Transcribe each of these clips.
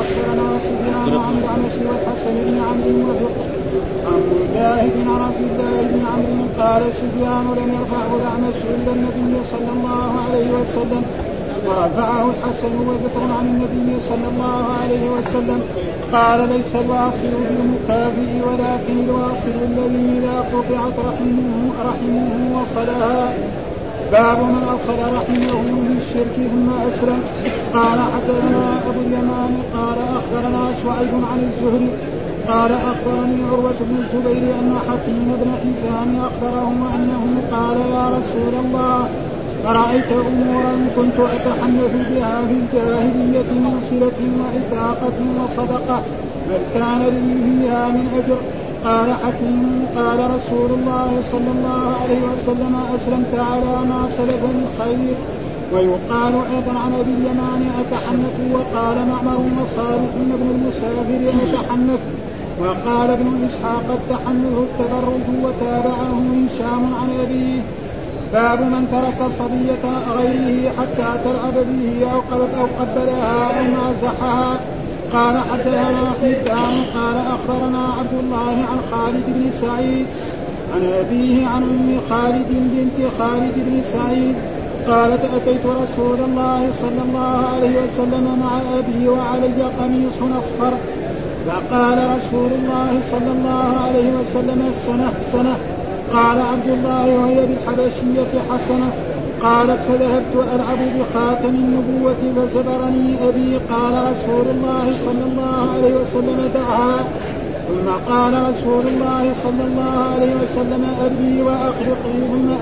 أخبرنا سفيان عن الأعمش والحسن بن عمرو وفقه عن مجاهد عن عبد الله بن عمرو قال سفيان لم يرفعه الأعمش إلا النبي صلى الله عليه وسلم ورفعه الحسن وبكر عن النبي صلى الله عليه وسلم قال ليس الواصل بالمكافئ ولكن الواصل الذي إذا قطعت رحمه وصلها. باب من أصل رحمه بالشرك ثم أسلم. قال حدثنا أبو اليمان قال أخبرنا شعيب عن الزهري قال أخبرني عروة بن الزبير أن حكيم بن حزام أخبره أنه قال يا رسول الله أرأيت أمورا كنت أتحنث بها في الجاهلية من صلة وعتاقة وصدقة بل كان لي فيها من أجر. قال حكيم قال رسول الله صلى الله عليه وسلم أسلمت على ما سلف من خير. ويقال أيضا عن أبي اليمان أتحنث وقال معمر وصالح بن المسافر أتحنث وقال ابن إسحاق التحنث التبرج وتابعه هشام عن أبيه. باب من ترك صبية غيره حتى تلعب به أو قبلها أو مازحها. قال حدثنا حبان قال أخبرنا عبد الله عن خالد بن سعيد عن أبيه عن أم خالد بنت خالد بن سعيد قالت أتيت رسول الله صلى الله عليه وسلم مع أبي وعلي قميص أصفر فقال رسول الله صلى الله عليه وسلم سنة. قال عبد الله وهي بالحبشية حسنة. قالت فذهبت ألعب بخاتم النبوة فزبرني أبي. قال رسول الله صلى الله عليه وسلم دعها. ثم قال رسول الله صلى الله عليه وسلم أبدي وأخلقي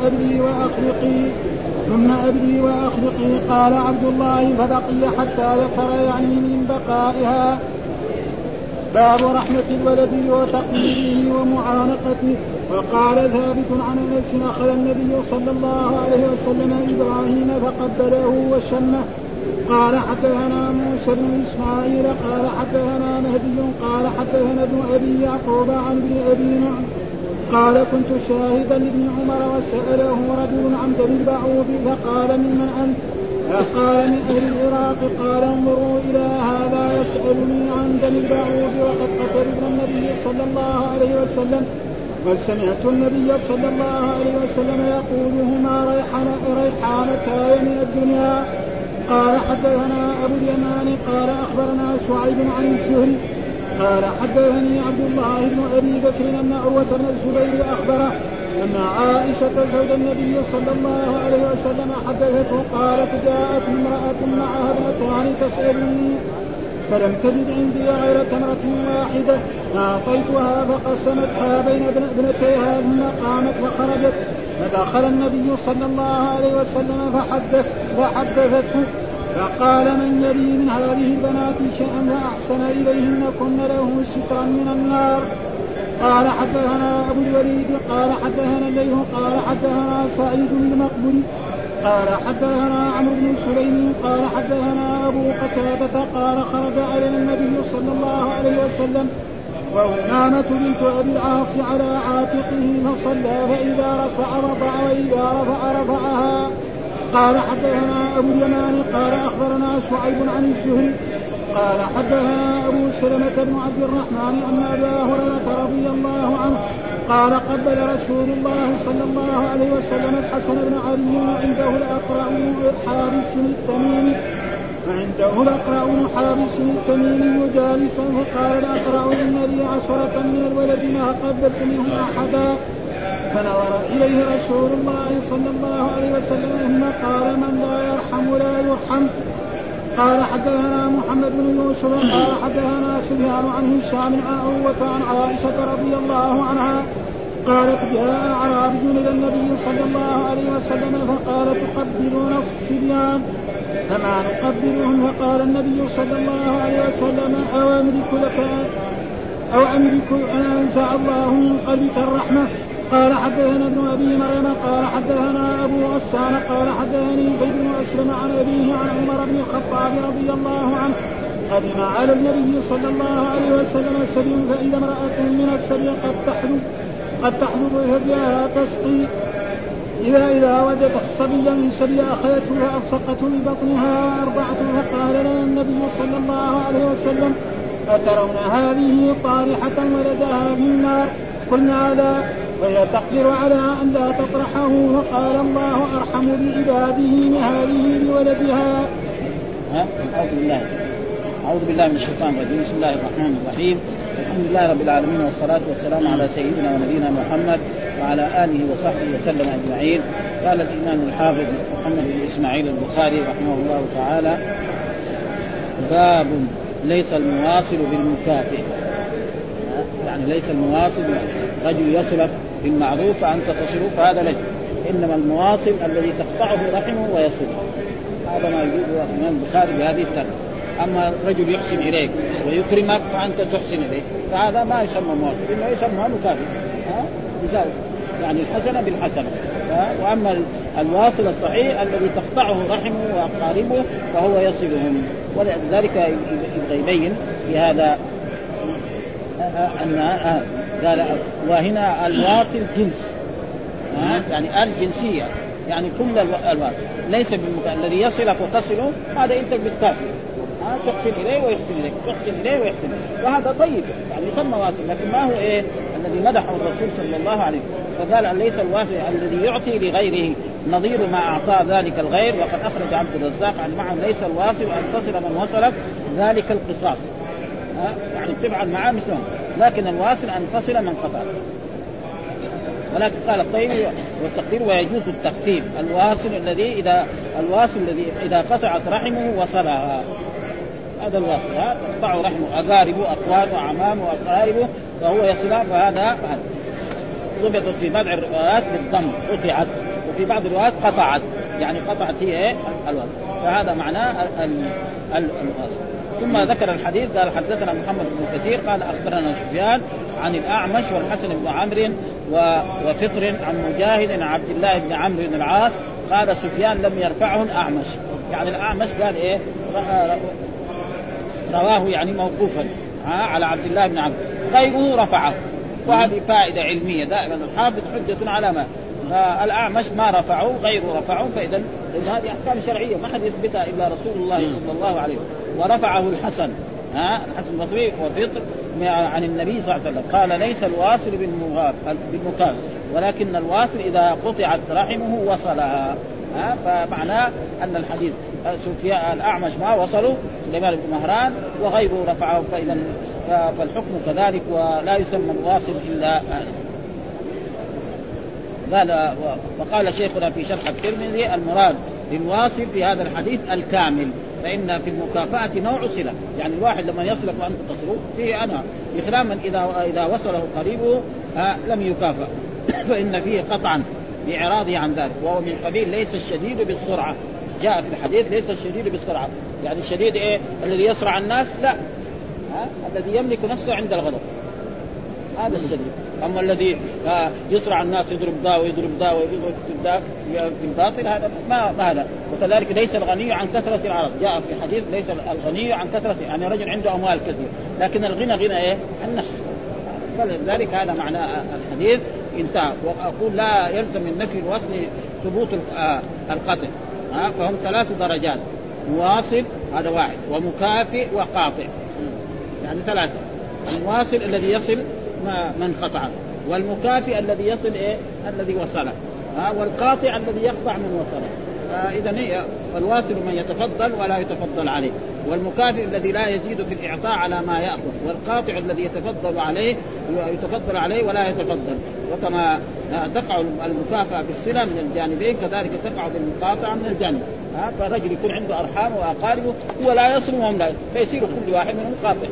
ثم أبدي وأخلقي. قال عبد الله فبقي حتى ذكر يعني من بقائها. باب رحمة الولد وتقليده ومعانقته. وقال ثابت عن أنس أخذ النبي صلى الله عليه وسلم إبراهيم فقبله وشمه. قال حدثنا موسى بن إسماعيل قال حدثنا مهدي قال حدثنا ابن أبي يعقوب عن ابن أبي نعم قال كنت شاهدا لابن عمر وسأله رجل عن دم البعوض فقال ممن أنت؟ فقال من أهل العراق. قال انظروا إلى هذا يسألني عن دم البعوض وقد قتل ابن النبي صلى الله عليه وسلم وسمعت النبي صلى الله عليه وسلم يقول هما ريحانتاي من الدنيا. قال حدثنا أبو اليمان قال أخبرنا شعيب عن الزهري قال حدثني عبد الله بن أبي بكر أن عروة بن الزبير أخبره أن عائشة زوج النبي صلى الله عليه وسلم حدثته قالت جاءت امرأة معها ابنتان تسألني فلم تجد عندي غير تمرة واحدة أعطيتها فقسمتها بين ابنتيها ثم قامت وخرجت. فدخل النبي صلى الله عليه وسلم فحدثته فقال من يلي من هذه البنات شيئا فأحسن إليهن كن له سترا من النار. قال حدثنا أبو الوليد قال حدثنا الليث قال حدثنا سعيد المقبري قال حدثنا عمرو بن سليم قال حدثنا أبو قتادة قال خرج علينا النبي صلى الله عليه وسلم وأمامة بنت أبي العاص على عاتقه فصلى فإذا رفع رفع وإذا رفع رفعها. قال حدثنا أبو اليمان قال أخبرنا شعيب عن الزهري قال حدثنا أبو سلمة بن عبد الرحمن أن أبا هريرة رضي الله عنه قال قبل رسول الله صلى الله عليه وسلم الحسن بن علي وعنده الأقرع حابس التميمي جالسا فقال الأقرع إن لي 10 من الولد ما قبلت منهم أحدا. فنظر إليه رسول الله صلى الله عليه وسلم ثم قال من لا يرحم لا يرحم. قال حدثنا محمد بن يوسف قال حدثنا سفيان عن هشام عن عروة عن عائشة رضي الله عنها قالت جاء أعرابي إلى النبي صلى الله عليه وسلم فقال تقبلون الصبيان فما نقبلهم. فقال النبي صلى الله عليه وسلم أو أملك أن أنزع الله من قلبك الرحمة. قال حدثنا ابن أبي مريم قال حدثنا أبو غسان قال حدثني زيد بن أسلم عن أبيه عن عمر بن الخطاب رضي الله عنه قدم على النبي صلى الله عليه وسلم السبي فإذا امرأة من السبي قد تحلب ثديها تسقي إذا وجدت صبيا من سبي أخذته فألصقته ببطنها وأرضعته. فقال لنا النبي صلى الله عليه وسلم: أترون هذه طارحة ولدها في النار؟ قلنا: لا. وهي تقدر على أن لا تطرحه. وقال: الله أرحم بعباده من هذه بولدها. أعوذ بالله من الشيطان الرجيم. بسم الله الرحمن الرحيم. الحمد لله رب العالمين، والصلاة والسلام على سيدنا ونبينا محمد وعلى آله وصحبه وسلم أجمعين. قال الإمام الحافظ محمد بن إسماعيل البخاري رحمه الله تعالى: باب ليس المواصل بالمكافئ. يعني ليس المواصل رجل يصلك بالمعروف فأنت تصله فهذا ليس، إنما المواصل الذي تقطعه رحمه ويصله. هذا ما يجوز الإمام البخاري بهذه الترجمة. أما الرجل يحسن إليك ويكرمك فأنت تحسن إليه فهذا ما يسمى مواصل، إنه يسمى مكافئ. يعني الحسنة بالحسنة. وأما الواصل الصحيح الذي تقطعه رحمه وأقاربه فهو يصلهم. ولذلك يبغى يبين في هذا أن قال وهنا الواصل جنس، يعني الجنسية، يعني كل الواصل ليس الذي يصلك وتصله هذا أنت بالكافي، تحسن إليه ويحسن إليك، تحسن إليه ويحسن إليك، وهذا طيب يعني يسمى واصل. لكن ما هو الذي مدحه الرسول صلى الله عليه وسلم، فقال ليس الواصل الذي يعطي لغيره نظير ما أعطى ذلك الغير. وقد أخرج عبد الرزاق عن معه: ليس الواصل أن تصل من وصلك ذلك القصاص، يعني تفعل معه مثله، لكن الواصل أن تصل من قطع. ولكن قال الطيب والتقدير ويجوز التخفيف. الواصل الذي إذا قطعت رحمه وصلها، هذا الواصل تقطع رحمه، أقاربه أخوانه وعمامه وأقاربه فهو يصلها، فهذا ضبطت في بعض الروايات بالضم قطعت، وفي بعض الروايات قطعت، يعني قطعت هي الواصل، فهذا معناه الواصل. ثم ذكر الحديث قال: حدثنا محمد بن كثير قال أخبرنا سفيان عن الأعمش والحسن بن عمرو وفطر عن مجاهد عن عبد الله بن عمرو بن العاص. قال سفيان: لم يرفعه الأعمش، يعني الأعمش قال رواه يعني موقوفا على عبد الله بن عمرو، غيره رفعه. وهذه فائدة علمية، دائما الحافظ حجة على ما الأعمش ما رفعه غيره رفعه، فإذا هذه أحكام شرعية ما حد يثبتها إلا رسول الله صلى الله عليه وسلم. ورفعه الحسن البصري وفطر عن النبي صلى الله عليه وسلم قال: ليس الواصل بالمكافئ، ولكن الواصل إذا قطعت رحمه وصلها. فمعناه أن الحديث الأعمش ما وصلوا سليمان بن مهران وغيره رفعه، فإذا فالحكم كذلك، ولا يسمى الواصل إلا قال. وقال شيخنا في شرح الترمذي: المراد بالواصل في هذا الحديث الكامل، فإن في المكافأة نوع صلة، يعني الواحد لما يصلك وأنت تصله فيه أنا، بخلاف من إذا وصله قريبه لم يكافأ فإن فيه قطعا بإعراضه عن ذلك، وهو من قبيل ليس الشديد بالسرعة. جاء في الحديث: ليس الشديد بالسرعة، يعني الشديد الذي يسرع الناس، لا، الذي يملك نفسه عند الغضب هذا الشديد. أما الذي يسرع الناس يضرب دا ويضرب دا ويضرب دا بالباطل هذا ما هذا. وكذلك ليس الغني عن كثرة العرض، جاء في حديث: ليس الغني عن كثرة، يعني رجل عنده أموال كثير لكن الغنى النفس. فلذلك هذا معنى الحديث انتهى. وأقول لا يلزم من نفي الوصل ثبوت القطع، فهم 3 درجات: مواصل هذا واحد، ومكافئ وقاطع، يعني 3. المواصل الذي يصل من قطع، والمكافئ الذي يصل الذي وصله، والقاطع الذي يقطع من وصله. إذا الواصل من يتفضل ولا يتفضل عليه، والمكافئ الذي لا يزيد في الإعطاء على ما يأخذ، والقاطع الذي يتفضل عليه ولا يتفضل. وكما تقع المكافأة بالصلة من الجانبين كذلك تقع بالمقاطعة من الجانب. فرجل يكون عنده أرحام وأقاربه ولا يصل وهم لا، فيصير كل واحد منهم قاطع،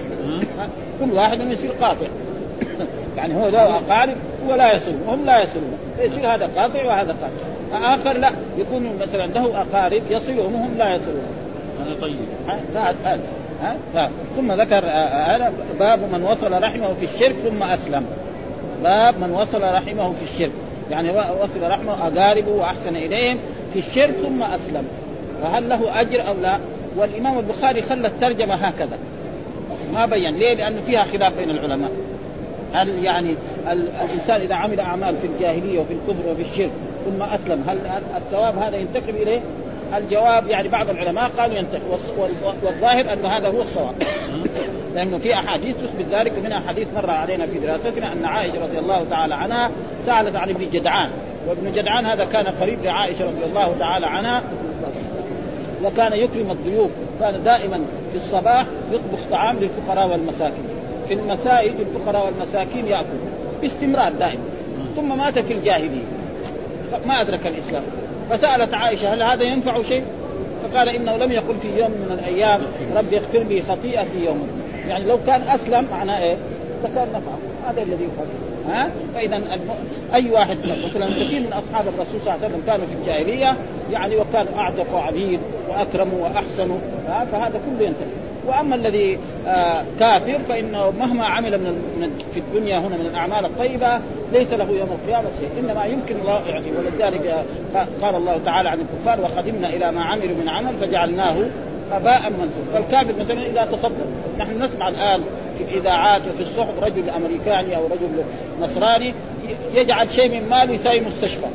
كل واحد منهم يصير قاطع يعني هو ذا أقارب ولا يصلون وهم لا يصلون، يصير هذا قاطع وهذا قاطع. آخر لا، يكون مثلا له أقارب يصلون وهم لا يصلون، هذا طيب. ثم ذكر باب من وصل رحمه في الشرك ثم أسلم. باب من وصل رحمه في الشرك، يعني وصل رحمه أقاربه وأحسن إليهم في الشرك ثم أسلم، فهل له أجر أو لا؟ والإمام البخاري خلى الترجمة هكذا ما بين ليه، لأنه فيها خلاف بين العلماء. هل يعني الإنسان إذا عمل أعمال في الجاهلية وفي الكفر وفي الشرك ثم أسلم، هل الثواب هذا ينتقل إليه؟ الجواب يعني بعض العلماء قالوا ينتقل، والظاهر أن هذا هو الصواب، لأنه في أحاديث تثبت ذلك. ومنها حديث مر علينا في دراستنا أن عائشة رضي الله تعالى عنها سألت عن ابن جدعان، وابن جدعان هذا كان قريب لعائشة رضي الله تعالى عنها، وكان يكرم الضيوف، كان دائما في الصباح يطبخ طعام للفقراء والمساكين، في المساجد الفقراء والمساكين يأكل باستمرار دائما، ثم مات في الجاهلية ما أدرك الإسلام. فسألت عائشة هل هذا ينفع شيء؟ فقال إنه لم يقل في يوم من الأيام رب يغفر لي خطيئتي يوم، يعني لو كان أسلم معناه إيه؟ فكان نفعه، هذا الذي يفعل. فإذا أي واحد مثلا كثير من أصحاب الرسول صلى الله عليه وسلم كانوا في الجاهلية يعني، وكانوا أعتقوا عبيد وأكرموا وأحسنوا، فهذا كله ينتهي. وأما الذي كافر فإنه مهما عمل في الدنيا هنا من الأعمال الطيبة ليس له يوم القيامة شيء، إنما يمكن الله يعطيه. ولذلك قال الله تعالى عن الكفار وقدمنا إلى ما عملوا من عمل فجعلناه هباء منثورا. فالكافر مثلا إذا تصدق، نحن نسمع الآن في الإذاعات وفي الصحف رجل أمريكاني أو رجل نصراني يجعل شيء من ماله يساوي مستشفى،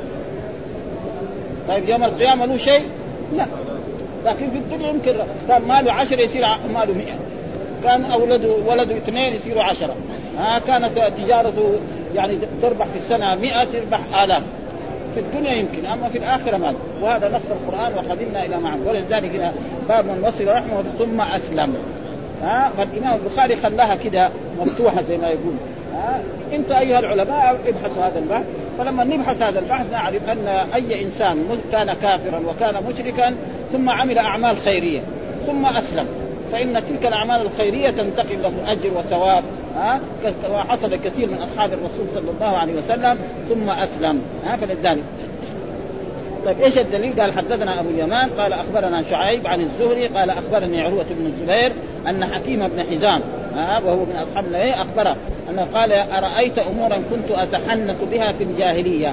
طيب يوم القيامة له شيء؟ لا. لكن في الدنيا يمكن كان ماله 10 يصير ماله 100، كان ولده 2 يصيروا 10، كانت تجارته يعني تربح في السنة 100 تربح آلاف. في الدنيا يمكن، أما في الآخرة ما. وهذا نص القرآن وقدمنا إلى معه. ولذلك هنا باب من وصل رحمه ثم أسلم. فالإمام البخاري خلاها كده مفتوحة زي ما يقول. أنت أيها العلماء ابحثوا هذا البحث. فلما نبحث هذا البحث نعرف أن أي إنسان كان كافرا وكان مشركا ثم عمل أعمال خيرية ثم أسلم، فإن تلك الأعمال الخيرية تنتقل له أجر وثواب، وحصل كثير من أصحاب الرسول صلى الله عليه وسلم ثم أسلم. فلذلك طيب إيش الدليل؟ قال حدثنا أبو اليمان قال أخبرنا شعيب عن الزهري قال أخبرني عروة بن الزبير أن حكيم بن حزام وهو من أصحاب النبي أخبره أنه قال أرأيت أمورا كنت أتحنث بها في الجاهلية.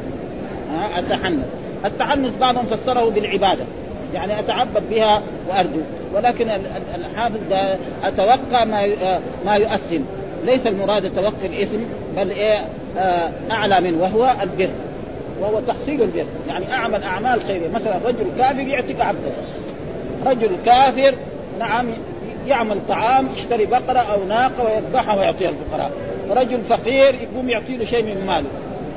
التحنث بعضهم فسره بالعبادة، يعني أتعبد بها وأرجو، ولكن الحافظ أتوقع ما يؤثم، ليس المراد توقي الإثم بل أعلى منه وهو البر، وهو تحصيل البر، يعني أعمل أعمال خيرية. مثلا رجل كافر يعتق عبده، رجل كافر نعم يعمل طعام يشتري بقرة أو ناقة ويذبحها ويعطيها الفقراء، رجل فقير يقوم يعطي له شيء من ماله،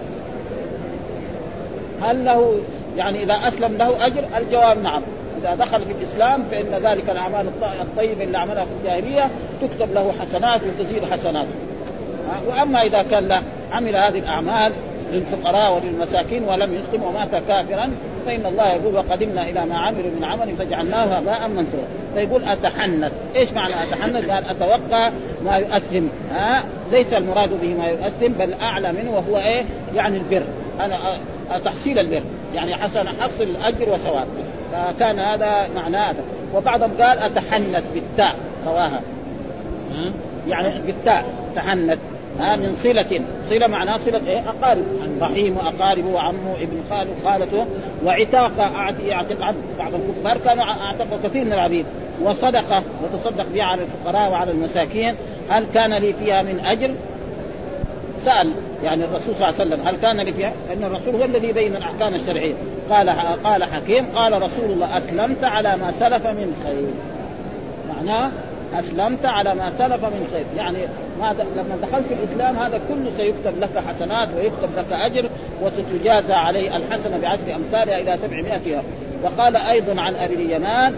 هل له يعني إذا أسلم له أجر؟ الجواب نعم، إذا دخل في الإسلام فإن ذلك الأعمال الطيبة اللي عملها في الجاهلية تكتب له حسنات وتزيد حسنات. وأما إذا كان لا عمل هذه الأعمال للفقراء وللمساكين ولم يسلم ومات كافرا فإن الله يقول وقدمنا إلى ما عملوا من عمل فجعلناه هباء منثورا. فيقول أتحنث، إيش معنى أتحنث؟ قال أتوقع ما يؤثم، ليس المراد به ما يؤثم بل أعلى منه وهو يعني البر، أنا تحصيل البر يعني حصل الأجر وثواب، فكان هذا معناه. وبعضهم قال أتحنث بالتاء رواها، يعني بالتاء تحنث من صلة معناه صلة أقارب، رحيم وأقارب وعمه ابن خاله خالته، وعتاق يعتق عبد، بعض الكفار كانوا اعتقوا كثير من العبيد، وصدقة وتصدق بها على الفقراء وعلى المساكين، هل كان لي فيها من أجر؟ سأل يعني الرسول صلى الله عليه وسلم هل كان لي فيها؟ لأن الرسول هو الذي بين الأحكام الشرعية. قال حكيم قال رسول الله أسلمت على ما سلف من خير، معناه أسلمت على ما سلف من خير، يعني لما دخلت في الإسلام هذا كله سيكتب لك حسنات ويكتب لك أجر وستجازى عليه الحسنة ب10 أمثالها إلى 700 يوم. وقال أيضا عن أبي اليمان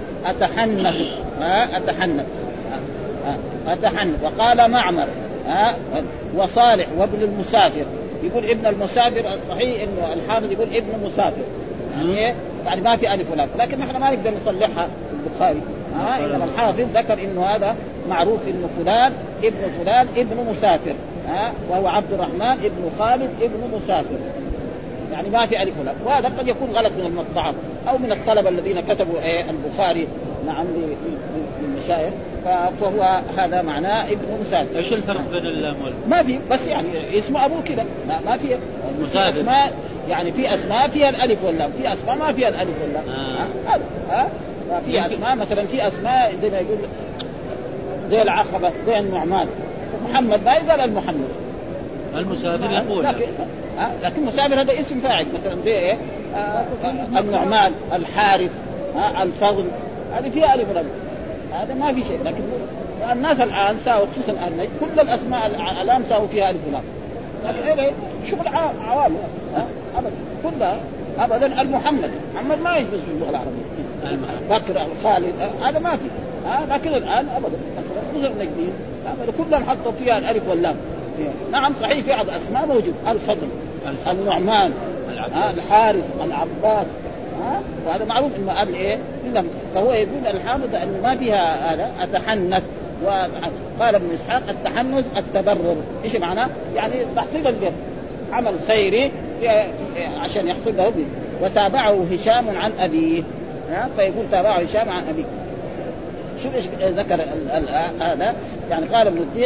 أتحنث. وقال معمر وصالح وابن المسافر، يقول ابن المسافر الصحيح إنه الحافظ يقول ابن مسافر، يعني ما في ألف ولام، لكن نحن ما نقدر نصلحها في البخاري، إنما الحافظ ذكر إنه هذا معروف إنه فلان ابن مسافر، وهو عبد الرحمن ابن خالد ابن مسافر، يعني ما في ألف ولام. وهذا قد يكون غلط من المطبعة أو من الطلبة الذين كتبوا البخاري نعم للمشايخ، فهو هذا معناه ابن مسافر. ايش الفرق بين المؤلف؟ ما في، بس يعني اسمه أبوه كده، ما في أسماء، يعني في أسماء فيها الألف واللام، في أسماء ما فيها الألف واللام. في أسماء مثلا، في أسماء زي ما يقول زي العقبة زي النعمان، محمد ما يقال المحمد، المسافر يقول لكن مسافر هذا اسم فاعل، مثلا زي ايه النعمان، الحارث، الفضل، هذه فيها ألف رب، هذا ما في شيء. لكن الناس الآن ساووا خصوصا الآن كل الأسماء الآن ساووا فيها ألف رب، لكن إيه شغل عوام أبدا كلها أبدا. المحمد ما يجوز في اللغة العربية، بكر خالد هذا ما في، لكن الآن أبدا نظر نجدين كلهم حطوا فيها الألف واللام. نعم صحيح في بعض أسماء موجود، الفضل، النعمان، الحارث، العباس، وهذا معروف إنه قبل إيه إلا. فهو يقول الحافظ أن ما فيها هذا أتحنث. وقال ابن إسحاق التحنث التبرر، إيش معناه؟ يعني تحصيل البر، عمل خيري عشان يحصل له بر. وتابعه هشام عن أبيه، فيقول تابعه هشام عن أبيه. شوف إيش ذكر هذا، يعني قال ابن الدير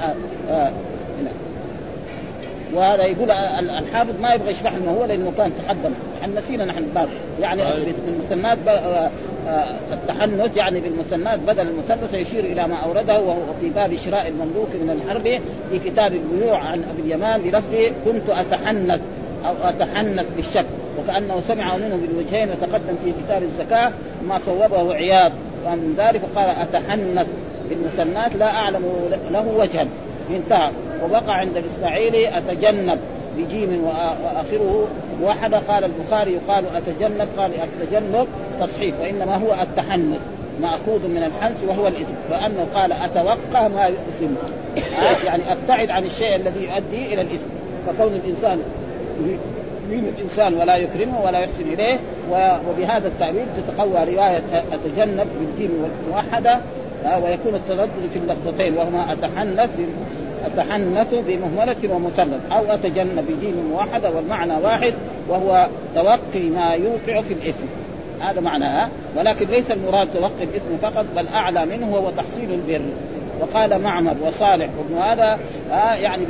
وهذا يقول الحافظ ما يبغى يشرح لنا هو لأنه كان تقدم، نسينا نحن بعض يعني بالمثنات التحنث يعني بالمثنات بدل المثلث يشير إلى ما أورده وهو في باب شراء المملوك من الحرب في كتاب البيوع عن أبي اليمان بلفظ كنت أتحنث أو أتحنث بالشك، وكأنه سمع منه بالوجهين وتقدم في كتاب الزكاة ما صوبه عياض ومن ذلك قال أتحنث بالمثنات لا أعلم له وجها انتهى. وبقى عند الإسماعيلي أتجنب بجيم وآخره واحدة. قال البخاري يقال أتجنب، قال التجنب تصحيف، وإنما هو التحنث مأخوذ من الحنث وهو الإثم، فأنه قال أتوقع ما يؤثم، يعني أبتعد عن الشيء الذي يؤدي إلى الإثم. فكون الإنسان يهين الإنسان ولا يكرمه ولا يحسن إليه، وبهذا التعبير تتقوى رواية أتجنب بالجيم والموحدة، ويكون التردد في اللفظتين وهما أتحنث بمهملة ومثلث أو أتجنب بجيم واحدة، والمعنى واحد وهو توقي ما يوقع في الإثم، هذا معناه. ولكن ليس المراد توقي الإثم فقط، بل أعلى منه هو تحصيل البر. وقال معمر وصالح وابن هذا يعني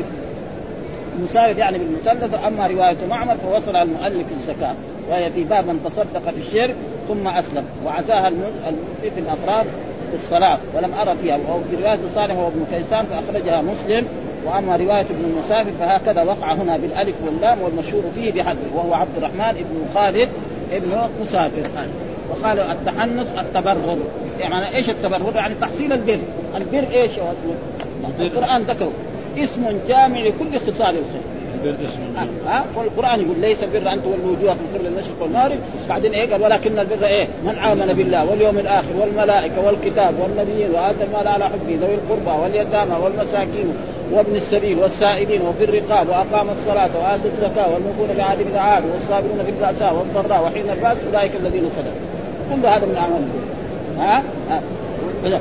مساعد يعني بالمثلث. أما رواية معمر فوصل المؤلف الزكاة، وهي في باب من تصدق في الشرك ثم أسلم وعزاها المسيء في الأطراف بالصلاة ولم أرى فيها. وفي رواية صالح وابن كيسان فأخرجها مسلم. وأما رواية ابن المسافر فهكذا وقع هنا بالألف واللام، والمشهور فيه بحذف وهو عبد الرحمن ابن خالد ابن مسافر. وقالوا التحنث التبرر، يعني إيش التبرر؟ يعني تحصيل البر. البر إيش هو اسمه؟ القرآن ذكره اسم جامع لكل خصال الخير. والقرآن يقول ليس البر أن تولوا وجوهكم قبل المشرق والمغرب، بعدين إيه قال ولكن البر إيه من آمن بالله واليوم الآخر والملائكة والكتاب والنبيين وآتى المال على حبه ذوي القربى واليتامى والمساكين وابن السبيل والسائلين وفي الرقاب وأقام الصلاة وآتى الزكاة والموفون بعهدهم إذا عاهدوا والصابرون في البأساء والضراء وحين البأس أولئك الذين صدقوا. كل هذا من أعمال البر.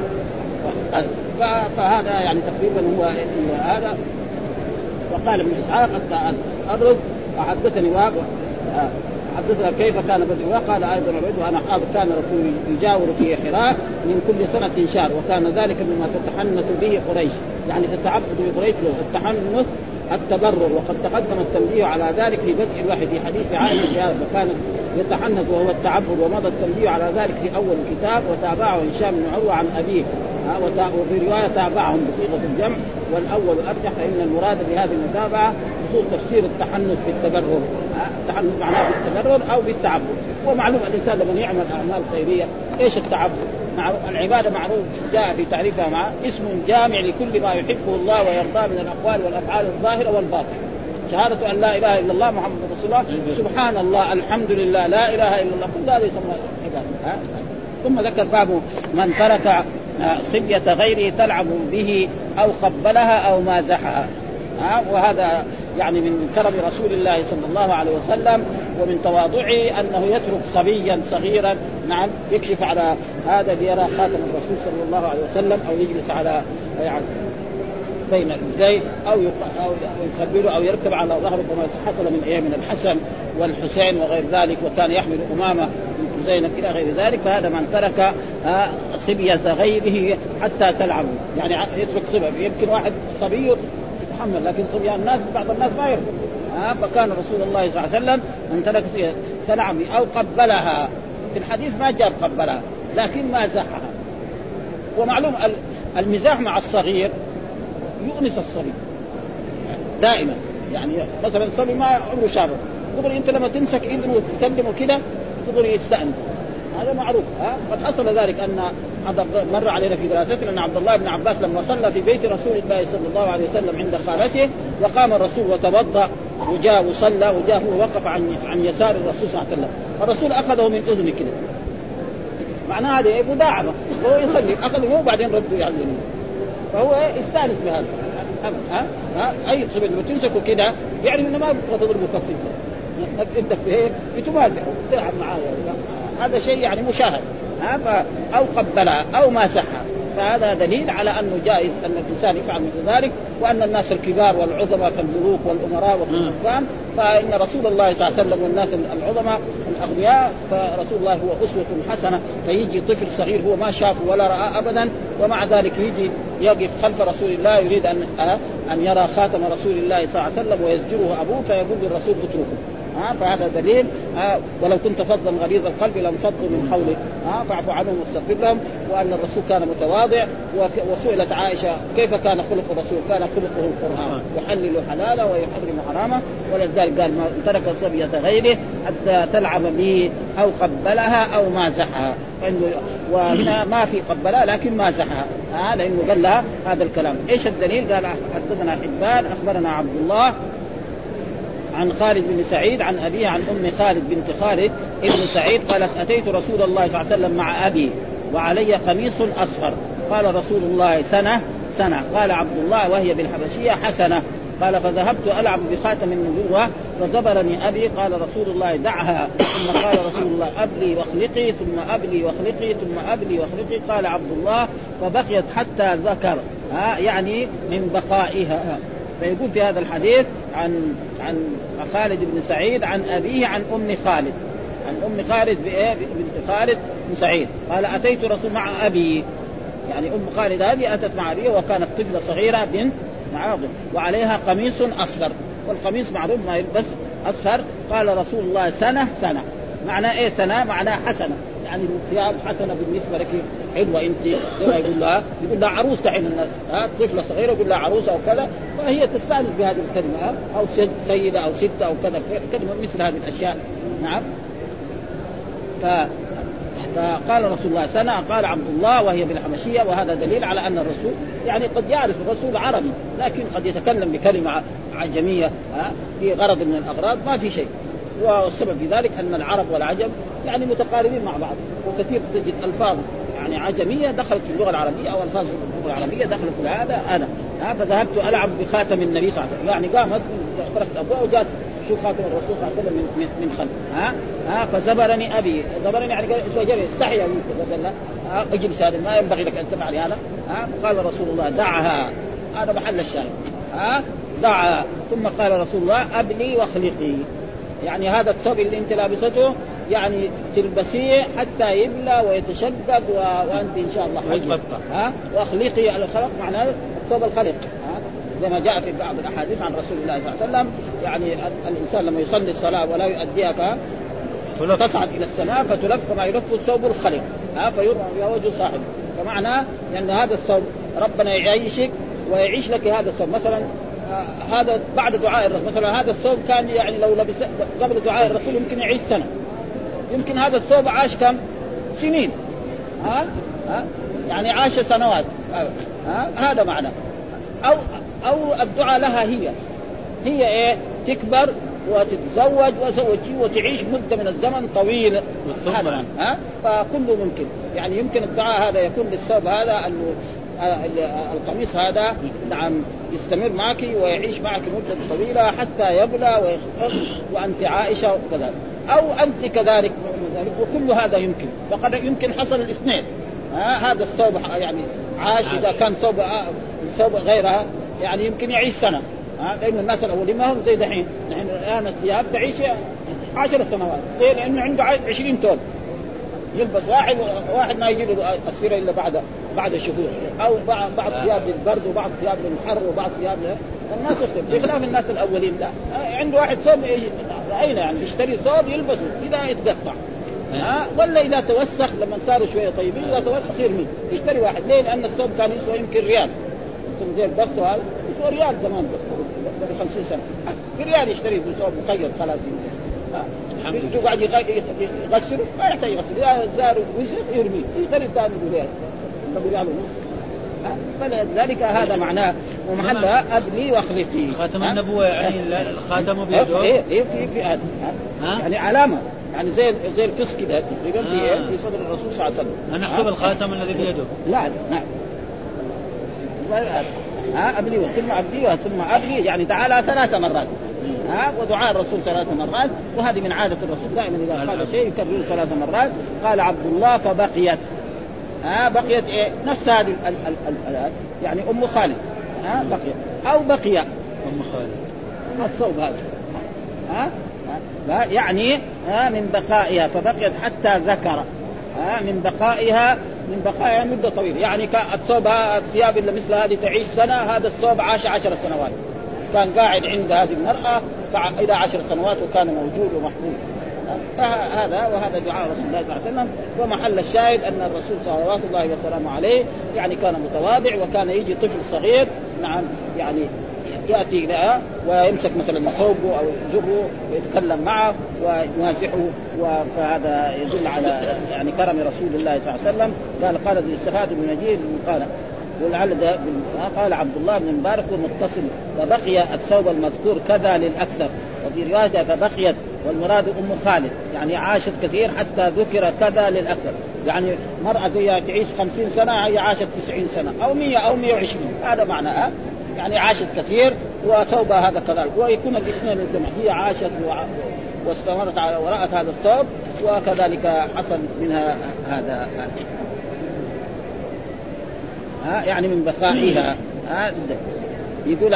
فهذا يعني تقريبا هو هذا. وقال ابن إسحاق الأرض وحدثني حدثنا كيف كان بدء. قال أيضا عبيد وأنا حاضر كان رسول يجاور في حراء من كل سنة شهر، وكان ذلك مما تتحنث به قريش، يعني تتعبد بقريش له التحنث التبرر. وقد تقدم التنبيه على ذلك في بدء الوحي في حديث عائشة فكان يتحنث وهو التعبد، ومضى التنبيه على ذلك في أول الكتاب. وتابعه هشام بن عروة عن أبيه، وفي رواية تابعهم بصيغة الجمع والأول أرجح، فإن المراد بهذه المتابعة خصوص تفسير التحنث بالتبرر. التحنث معناه بالتبرر أو بالتعبد. ومعلوم الإنسان لما يعمل أعمال خيرية إيش التعبد؟ العبادة معروف جاء في تعريفها مع اسم جامع لكل ما يحبه الله ويرضاه من الأقوال والأفعال الظاهرة والباطنة. شهادة أن لا إله إلا الله محمد رسول الله، سبحان الله، الحمد لله، لا إله إلا الله، كل هذا يسمى عبادة. ثم ذكر باب من ترك صبية غيره تلعب به أو قبلها أو مازحها. وهذا يعني من كرم رسول الله صلى الله عليه وسلم ومن تواضعه أنه يترك صبيا صغيرا نعم يكشف على هذا ليرى خاتم الرسول صلى الله عليه وسلم، أو يجلس على يعني بين الرجلين أو يقبله أو يركب على ظهره كما حصل من أيام من الحسن والحسين وغير ذلك، وكان يحمل أمامة من زينب إلى غير ذلك. فهذا من ترك صبية غيره حتى تلعب، يعني يترك صبية. يمكن واحد صبي يتحمل، لكن صبيان الناس بعض الناس ما يركب. فكان رسول الله صلى الله عليه وسلم من ترك صبية تلعب أو قبلها. في الحديث ما جاء قبلها لكن مازحها. ومعلوم المزاح مع الصغير يؤنس الصغير، دائما. يعني مثلا الصبي ما عمره شاب تقول انت لما تمسك ابنه وتكلمه كده تقول يستأنس، هذا معروف. قد حصل ذلك ان مر علينا في دراستنا ان عبد الله بن عباس لما صلى في بيت رسول الله صلى الله عليه وسلم عند خالته وقام الرسول وتوضأ وجاء وصلى وجاء هو وقف عن يسار الرسول صلى الله عليه وسلم، الرسول اخذه من اذنه كده، معناه هذه مداعبه، هو يصلي اخذه وبعدين رده يعني، فهو يستانس بهذا. اي صبي لما تمسكه كده يعني انه ما تضربه كفه ابدك بايه بتمازحه تلعب معاه، هذا شيء يعني مشاهد. او قبلها او ماسحها، فهذا دليل على انه جائز ان الانسان يفعل مثل ذلك، وان الناس الكبار والعظماء كالملوك والامراء والحكام فان رسول الله صلى الله عليه وسلم والناس العظماء الاغنياء فرسول الله هو اسوه حسنه، فيجي طفل صغير هو ما شاف ولا راى ابدا ومع ذلك يجي يقف خلف رسول الله يريد ان يرى خاتم رسول الله صلى الله عليه وسلم ويزجره ابوه فيقول للرسول اتركه. فهذا دليل. ولو كنت فظا غليظ القلب لانفضوا من حولك فاعف عنهم واستغفر لهم، وان الرسول كان متواضع. وسئلت عائشه كيف كان خلق الرسول؟ كان خلقه القران يحلل حلاله ويحرم حرامه، ولذلك قال ما ترك صبيه غيره حتى تلعب به او قبلها او مازحها، وهنا ما في قبلها لكن مازحها لانه قال لها هذا الكلام. ايش الدليل؟ قال حدثنا حبان اخبرنا عبد الله عن خالد بن سعيد عن أبيه عن أم خالد بنت خالد ابن سعيد قالت أتيت رسول الله صلى الله عليه وسلم مع أبي وعلي قميص أصفر، قال رسول الله سنة، قال عبد الله وهي بالحبشية حسنة، قال فذهبت ألعب بخاتم النبوة فزبرني أبي، قال رسول الله دعها، ثم قال رسول الله أبلي واخلقي، ثم أبلي واخلقي، ثم أبلي واخلقي، قال عبد الله فبقيت حتى ذكر يعني من بقائها. فيقول في هذا الحديث عن خالد بن سعيد عن أبيه عن أم خالد، عن أم خالد بنت خالد بن سعيد قال أتيت رسول مع أبي، يعني أم خالد هذه أتت مع أبيه وكانت طفلة صغيرة بنت معاضل وعليها قميص أصفر، والقميص معروف ما يلبس أصفر. قال رسول الله سنة، معناه إيه سنة؟ معناه حسنة، يعني الثياب حسنة بالنسبة لك حلوة أنت، يقول لها عروس تعين الناس، طفلة صغيرة يقول لها عروسة أو كذا، فهي تستأنس بهذه الكلمة، أو سيدة أو ستة أو كذا كلمة مثل هذه الأشياء. نعم. فقال رسول الله سنة، قال عبد الله وهي بالحبشية، وهذا دليل على أن الرسول يعني قد يعرف الرسول عربي لكن قد يتكلم بكلمة عجمية في غرض من الأغراض ما في شيء. والسبب في ذلك أن العرب والعجم يعني متقاربين مع بعض، وكثير تجد ألفاظ يعني عجمية دخلت في اللغة العربية أو ألفاظ اللغة العربية دخلت في هذا. أنا فذهبت ألعب بخاتم النبي صلى الله عليه وسلم، يعني قامت تركت أبوها وجات شو خاتم الرسول صلى الله عليه وسلم من خلف. فزبرني أبي، زبرني يعني قال استحيا منك، قال لا اجلس، هذا ما ينبغي لك أن تفعل هذا. قال رسول الله دعها، هذا محل الشاهد، دعها. ثم قال رسول الله أبلي واخلقي، يعني هذا الثوب اللي انت لابسته يعني تلبسيه حتى يبلى ويتشدد وانت ان شاء الله حجة. واخلقي على الخلق معناه ثوب الخلق، زي ما جاء في بعض الاحاديث عن رسول الله صلى الله عليه وسلم، يعني الانسان لما يصلي الصلاه ولا يؤديها تصعد الى السماء فتلف كما يلف الثوب الخلق، فيرى وجه صاحبه، فمعناه لان هذا الثوب ربنا يعيشك ويعيش لك هذا الثوب. مثلا هذا بعد دعاء الرسول، مثلا هذا الثوب كان يعني لو لبس قبل دعاء الرسول يمكن يعيش سنة، يمكن هذا الثوب عاش كم سنين، يعني عاش سنوات، هذا معنى. أو الدعاء لها هي إيه تكبر وتتزوج وتعيش مدة من الزمن طويل، فكله ممكن. يعني يمكن الدعاء هذا يكون للثوب هذا القميص هذا نعم يستمر معك ويعيش معك مدة طويلة حتى يبلى وأنت عائشة وكذا، أو أنت كذلك، وكل هذا يمكن. وقد يمكن حصل الاثنين، هذا الثوب يعني عاش، إذا كان ثوب غيرها يعني يمكن يعيش سنة، لأن الناس الأولين ما هم زي دحين، نحن الآن الثياب تعيش 10 سنوات، ليه؟ لأنه عنده 20 طول يلبس واحد ما يجي له السيرة إلا بعد شهور، أو بعض ثياب للبرد وبعض ثياب للحر وبعض ثياب الناس يختلف، بخلاف الناس الأولين لا، عنده واحد ثوب رأينا يعني يشتري ثوب يلبسه إذا يتقطع، ولا إذا توسخ لما صاروا شوية طيبين إذا توسخ يرمي يشتري واحد. ليه؟ لأن الثوب كان يسوى يمكن ريال، زي البخت هذا يسوى ريال زمان، قبل 50 سنه بريال يشتري بثوب مخيط خلاص يقعد يغسله ما يحتاج يغسل يا زار ويسخ يرمي يشتري الثاني بريال ونص. فلذلك هذا معناه ومحلها أبني واخلفي. خاتم النبوة يعني الخاتم بيده إيه في هذا يعني علامة يعني زي الفص كده تقريبا في صدر الرسول صلى الله عليه وسلم. أنا أكتب الخاتم الذي بيده. لا نعم أبني ثم أبني ثم أبني يعني تعالى 3 مرات ودعاء الرسول 3 مرات. وهذه من عادة الرسول دائما إذا قال شيء يكرره 3 مرات. قال عبد الله فبقيت بقيت إيه نفس هذه يعني أم خالد بقيت أو بقي أم خالد الصوب هذا يعني من بقائها فبقيت حتى ذكر من بقائها مدة طويلة يعني الصوب الثياب اللي مثل هذه تعيش سنة هذا الصوب عاش 10 سنوات كان قاعد عند هذه المرأة إلى 10 سنوات وكان موجود ومحفوظ. وهذا دعاء رسول الله صلى الله عليه وسلم. ومحل الشاهد أن الرسول صلوات الله وسلامه عليه يعني كان متواضع وكان يجي طفل صغير نعم يعني يأتي له ويمسك مثلا ثوبه أو يجره ويتكلم معه وينازحه. وهذا يدل على يعني كرم رسول الله صلى الله عليه وسلم. قال الاستفادة من مجيد قال ولعل قال عبد الله بن مبارك متصل فبقي الثوب المذكور كذا للأكثر. وفي رواية فبقيت والمراد أم خالد يعني عاشت كثير حتى ذكر كذا للأكثر يعني مرأة زي تعيش 50 سنة هي عاشت 90 سنة أو 100 أو 120 هذا معناه يعني عاشت كثير وثوبها هذا كذلك. ويكون الاثنين الجمع هي عاشت واستمرت على ورأت هذا الثوب وكذلك حصل منها هذا يعني من بقائها يقول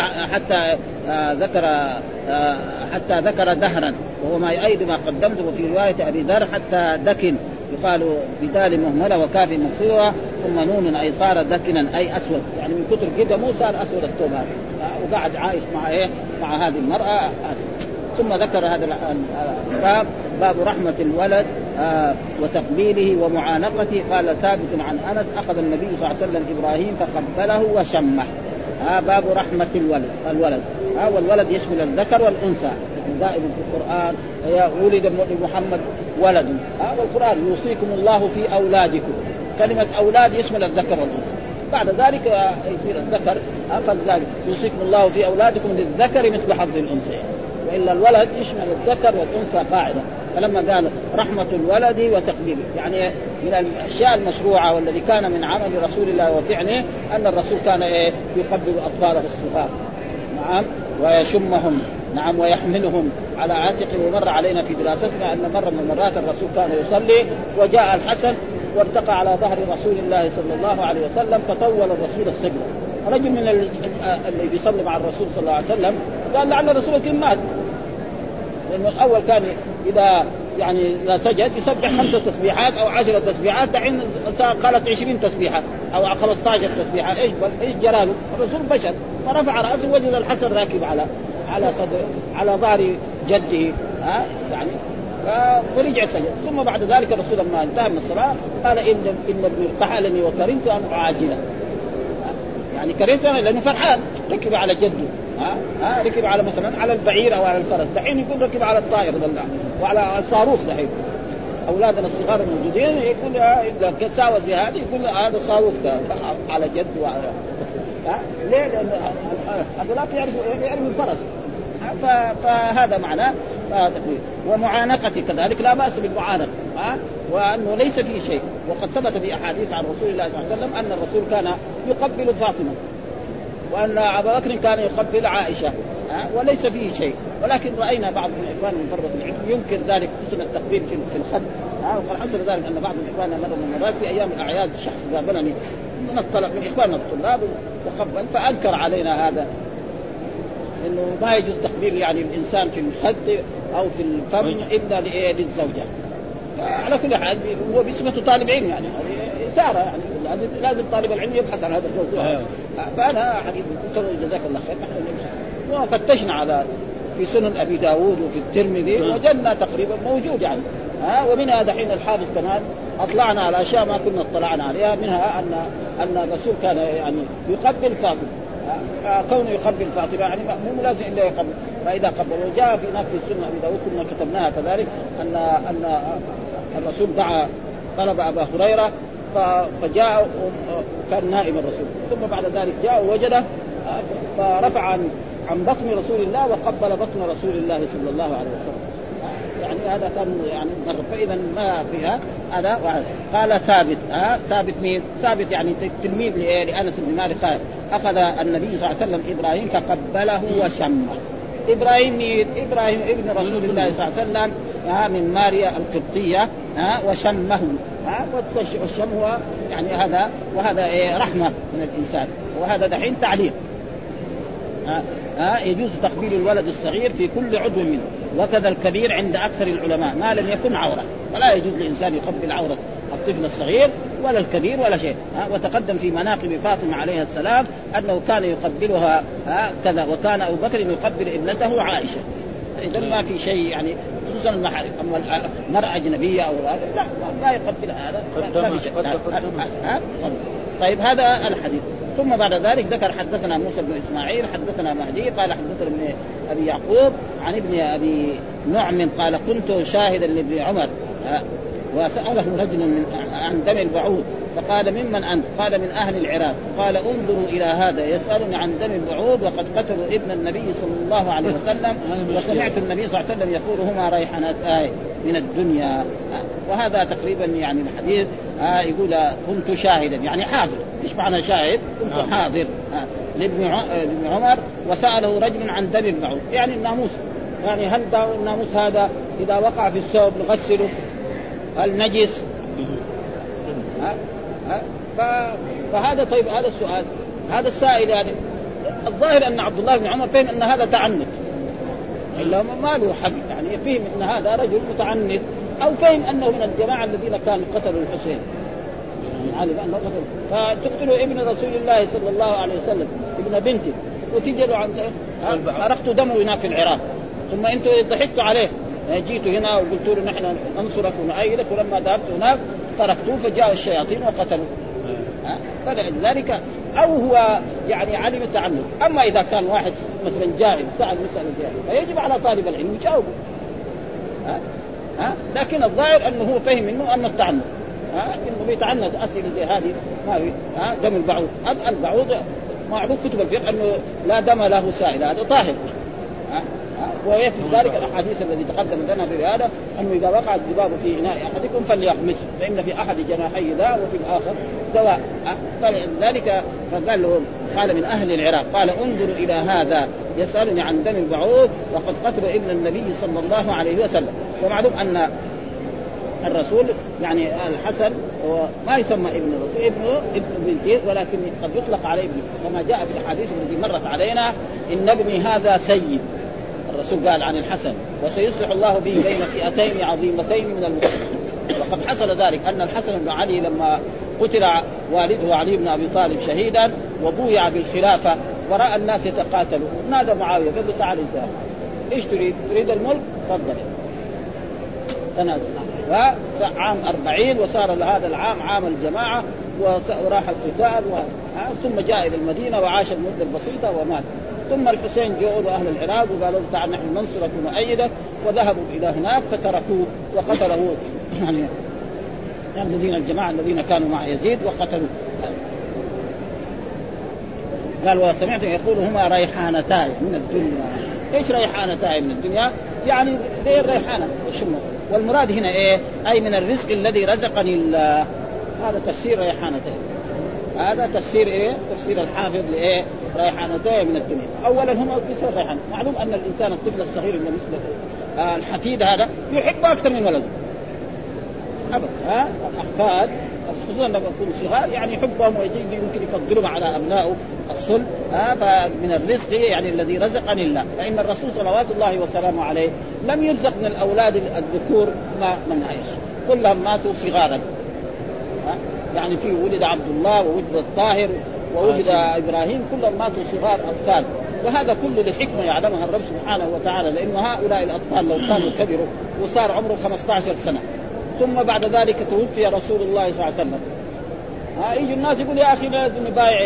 حتى ذكر دهرا وهو ما يؤيد ما قدمته في رواية أبي ذر حتى دكن يقال بدال مهملة وكاف مكسورة ثم نون أي صار دكنا أي أسود يعني من كتر كده مو صار أسود الثوب وقعد عايش مع هذه المرأة. ثم ذكر هذا باب رحمة الولد وتقبيله ومعانقته. قال ثابت عن أنس أخذ النبي صلى الله عليه وسلم إبراهيم فقبله وشمه. باب رحمة الولد والولد يشمل الذكر والأنثى دائما في القرآن ولد محمد ولد والقرآن يوصيكم الله في أولادكم كلمة أولاد يشمل الذكر والأنثى بعد ذلك يصير الذكر فلذلك يوصيكم الله في أولادكم للذكر مثل حظ الأنثى وإلا الولد يشمل الذكر والأنثى قاعدة. فلما قال رحمة الولد وتقبيله يعني من الأشياء المشروعة والذي كان من عمل رسول الله وفعله أن الرسول كان يقبل أطفاله الصغار نعم ويشمهم نعم ويحملهم على عاتقه. ومر علينا في دراستنا أن مرة من المرات الرسول كان يصلي وجاء الحسن وارتقى على ظهر رسول الله صلى الله عليه وسلم فطول الرسول السجدة. رجل من اللي بيصلي مع الرسول صلى الله عليه وسلم قال لعل الرسول كان مات لأنه الأول كان إذا يعني إذا سجد يسبح 5 تسبيحات أو 10 تسبيحات دحين قالت 20 تسبيحة أو 15 تسبيحة إيش جلاله الرسول بشر. فرفع رأسه وجد الحسن راكب على صدر على ظهر جده يعني ورجع سجد. ثم بعد ذلك الرسول لما انتهى من الصلاة قال إن ابن ارتحلني وكرمت أن أعاجله يعني كرمت أنا لأنه فرحان ركب على جده ركب على مثلا على البعير أو على الفرس دحين يكون ركب على الطائر وعلى الصاروخ دحين. أولادنا الصغار الموجودين يقول إذا ساوى زي هذا يقول هذا صاروخ على جد وعلى ليه؟ لأن هذولاك يعرفوا الفرس فهذا معناه ومعانقة كذلك لا بأس بالمعانقة وأنه ليس فيه شيء. وقد ثبت في أحاديث عن رسول الله صلى الله عليه وسلم أن الرسول كان يقبل فاطمة وأن أبا بكر كان يقبل عائشة وليس فيه شيء. ولكن رأينا بعض من الإخوان من طلبة العلم ينكر ذلك حسن التقبيل في الخد وقد حصل ذلك أن بعض من إخواننا مرة من المرات في أيام الأعياد الشخص قابلني من الطلب من إخواننا الطلاب وقبل فأنكر علينا هذا إنه ما يجوز تقبيل يعني الإنسان في الخد أو في الفم إلا للزوجة. على كل حال هو باسمه طالب علم يعني إثارة يعني لازم طالب العلم يبحث عن هذا الموضوع. فأنا حقيقة جزاك الله خير نحن وفتشنا على في سنن أبي داود وفي الترمذي وجدنا تقريبا موجود يعني ومنها دحين الحافظ كمان أطلعنا على أشياء ما كنا اطلعنا عليها منها أن الرسول كان يعني يقبل فاطمة كونه يقبل فاطمة يعني مو لازم إلا يقبل. فإذا قبل وجاء في نفس السنة إذا كنا كتبناها كذلك أن الرسول طلب أبا هريرة فجاء وكان نائم الرسول، ثم بعد ذلك جاء ووجده فرفع عن بطن رسول الله وقبل بطن رسول الله صلى الله عليه وسلم. يعني هذا كان يعني فإذا ما فيها هذا. قال ثابت ثابت مين؟ ثابت يعني تلميذ لأنس بن مالك قال أخذ النبي صلى الله عليه وسلم إبراهيم فقبله وشمه. إبراهيم مين؟ إبراهيم ابن رسول الله صلى الله عليه وسلم من ماريا القبطية وشمه. والشم هو يعني هذا، وهذا رحمة من الإنسان، وهذا دحين تعليق. يجوز تقبيل الولد الصغير في كل عضو منه، وكذا الكبير عند أكثر العلماء ما لم يكن عورة، فلا يجوز لإنسان يقبل عورة الطفل الصغير ولا الكبير ولا شيء. وتقدم في مناقب فاطمة عليها السلام أنه كان يقبلها كذا، وكان أبو بكر يقبل ابنته عائشة. إذا ما في شيء يعني خصوصا المحارم. أما مرأة أجنبية أو لا ما يقبل هذا ما في شيء. طيب هذا الحديث. ثم بعد ذلك ذكر حدثنا موسى بن إسماعيل حدثنا مهدي قال حدثنا ابن أبي يعقوب عن ابن أبي نعم قال كنت شاهدا لابن عمر وسأله رجل عن دم البعوض فقال ممن أنت؟ قال من أهل العراق. قال انظروا إلى هذا يسألني عن دم البعوض وقد قتلوا ابن النبي صلى الله عليه وسلم وسمعت النبي صلى الله عليه وسلم يقول هما ريحانات من الدنيا. وهذا تقريبا يعني الحديث يقول كنت شاهدا يعني حاضر. إيش معنى شاهد؟ كنت حاضر لابن عمر وسأله رجل عن دم البعوض يعني الناموس. يعني هل الناموس هذا إذا وقع في الثوب نغسله؟ هل نجس؟ فهذا طيب هذا السؤال هذا السائل يعني الظاهر أن عبد الله بن عمر فهم أن هذا تعنت إلا ما له حق يعني فهم أن هذا رجل متعنت أو فهم أنه من الجماعة الذين كانوا قتلوا الحسين علم أنه قتل فتقتلوا ابن رسول الله صلى الله عليه وسلم ابن بنته وتجلوا عن أرقتوا دمه هناك في العراق ثم أنتوا ضحكتوا عليه جيتوا هنا وقلتوا له نحن ننصرك ونؤيدك ولما ذهبت هناك تركتوه فجاء الشياطين وقتلوا. فلذلك أو هو يعني علم التعنت. أما إذا كان واحد مثلا جاهل سأل مسألة جاهل فيجب على طالب العلم يجاوبه. لكن الظاهر أنه هو فهم منه أن التعنت إنه بيتعنت أسئلة زي هذه ما في دم البعوض. البعوض معروف كتب الفقه أنه لا دم له سائل هذا طاهر. ويكفي ذلك الأحاديث الذي تقدم لنا في هذا أنه إذا وقع الذباب في إناء أحدكم فليغمسه فإن في أحد جناحيه داء وفي الآخر دواء. فلذلك فقال له قال من أهل العراق. قال انظروا إلى هذا يسألني عن دم البعوض وقد قتل ابن النبي صلى الله عليه وسلم. ومعلوم أن الرسول يعني الحسن ما يسمى ابن الرسول ابن بنته ولكن قد يطلق عليه ابن كما جاء في الحديث الذي مرت علينا إن ابني هذا سيد. الرسول قال عن الحسن وسيصلح الله به بين فئتين عظيمتين من المسلمين. وقد حصل ذلك أن الحسن بن علي لما قتل والده علي بن أبي طالب شهيدا وبويع بالخلافة ورأى الناس يتقاتلوا نادى معاوية قال له تعال انت ايش تريد الملك؟ تفضل. تنازل عام 40 وصار هذا العام عام الجماعة وراح القتال ثم جاء إلى المدينة وعاش المدة البسيطة ومات. ثم الحسين جاءوا أهل العراق وقالوا تعال نحن ننصرك ونؤيدك وذهبوا إلى هناك فتركوه وقتلوا يعني الذين الجماعة الذين كانوا مع يزيد وقتلوا. قال وسمعت يقول هما ريحانتاي من الدنيا. ايش ريحانتاي من الدنيا؟ يعني زي الريحانة والشمة. والمراد هنا ايه؟ اي من الرزق الذي رزقني الله. هذا تفسير ريحانتاي. هذا تفسير ايه؟ تفسير الحافظ لايه؟ ريحانتاي من الدنيا. اولا هما بيسموا ريحان. معلوم ان الانسان الطفل الصغير اللي مثل الحفيد هذا يحب اكثر من ولده. ابدا الاحفاد خصوصا لما يكونوا صغار يعني يحبهم ويجي يمكن يفضلهم على ابنائه الصلب. فمن الرزق يعني الذي رزقني الله. فإن الرسول صلوات الله وسلامه عليه لم يرزق من الأولاد الذكور ما من عيش كلهم ماتوا صغارا. يعني في ولد عبد الله وولد الطاهر وولد إبراهيم كلهم ماتوا صغار أطفال. وهذا كله لحكمة يعلمها الرب سبحانه وتعالى لأن هؤلاء الأطفال لو كانوا كبروا وصار عمره 15 سنة ثم بعد ذلك توفي رسول الله صلى الله عليه وسلم يجي الناس يقول يا أخي لازم نبايع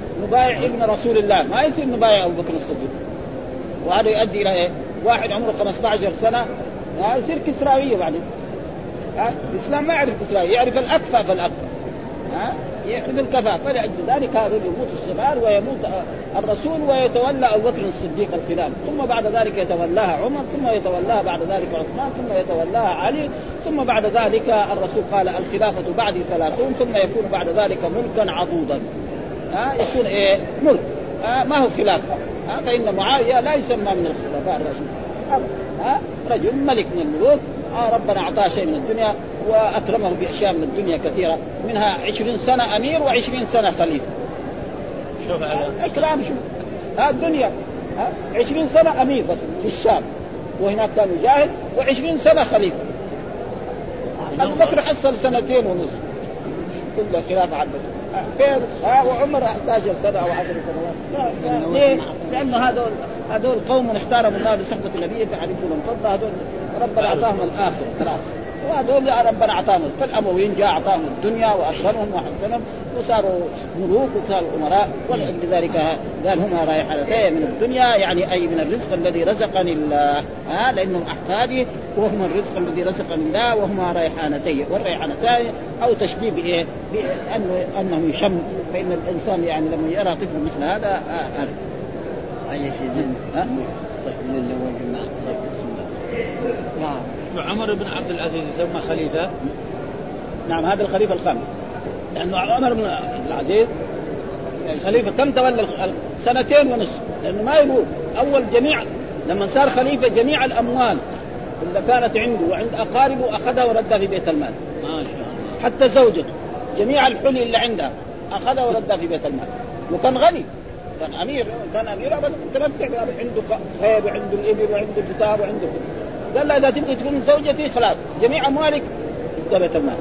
نبايع ابن رسول الله، ما يصير نبايع أبو بكر الصديق. وهذا يؤدي إلى إيه؟ واحد عمره 15 سنة يصير كسراوية بعدين. الإسلام ما يعرف كسراوية، يعرف الأكفى فالأكفى، يعرف الكفاء. فلأجل ذلك هذا يموت الصغار ويموت الرسول ويتولى أبو بكر الصديق الخلافة، ثم بعد ذلك يتولاها عمر، ثم يتولاها بعد ذلك عثمان، ثم يتولاها علي، ثم بعد ذلك الرسول قال الخلافة بعد 30 ثم يكون بعد ذلك ملكا عضوضا. يكون إيه ملك، ما هو خلافة. فإن معاوية لا يسمى من الخلفاء الراشدين، رجل ملك من الملوك، ربنا أعطاه شيء من الدنيا وأكرمه بأشياء من الدنيا كثيرة، منها 20 سنة أمير و20 سنة خليفة. شوف إكرام شو الدنيا، 20 سنة أمير بس في الشام، وهناك كان مجاهد، و20 سنة خليفة. أبو بكر حصل 2.5 كل خلافة عدد فين، وعمر 11 سنة أو 10 سنوات. ليه؟ لأنه هذول قوم اختارهم الله لصحبة النبي فعرفوا لهم فضل، هذول ربنا أعطاهم الآخرة خلاص، وهذول ربنا أعطاهم. فالأمويين جاء أعطاهم الدنيا وأكرمهم وحسنهم وصاروا ملوك وصاروا أمراء. ولذلك قال هما ريحانتين من الدنيا، يعني أي من الرزق الذي رزقني الله، لأنهم أحفادي، وهم الرزق الذي رزقني الله، وهما ريحانتين. والريحانتين أو تشبيه بإيه؟ بأنه يشم، فإن الإنسان يعني لما يرى طفل مثل هذا عمر بن عبد العزيز يسمى خليفة. نعم هذا الخليفة الخامس، لأنه عمر بن عبد العزيز الخليفة كم تولى 2.5 لأنه ما يقول أول جميع لما صار خليفة جميع الأموال اللي كانت عنده وعند أقاربه أخذها وردها في بيت المال. ما شاء الله. حتى زوجته جميع الحلي اللي عندها أخذها وردها في بيت المال. وكان غني، كان أمير، كان أمير أبدا متمتع، عنده خير وعنده الإبل وعنده الكتاب وعنده. قال لا إذا تبغي تكون زوجتي خلاص جميع أموالك في بيت المال.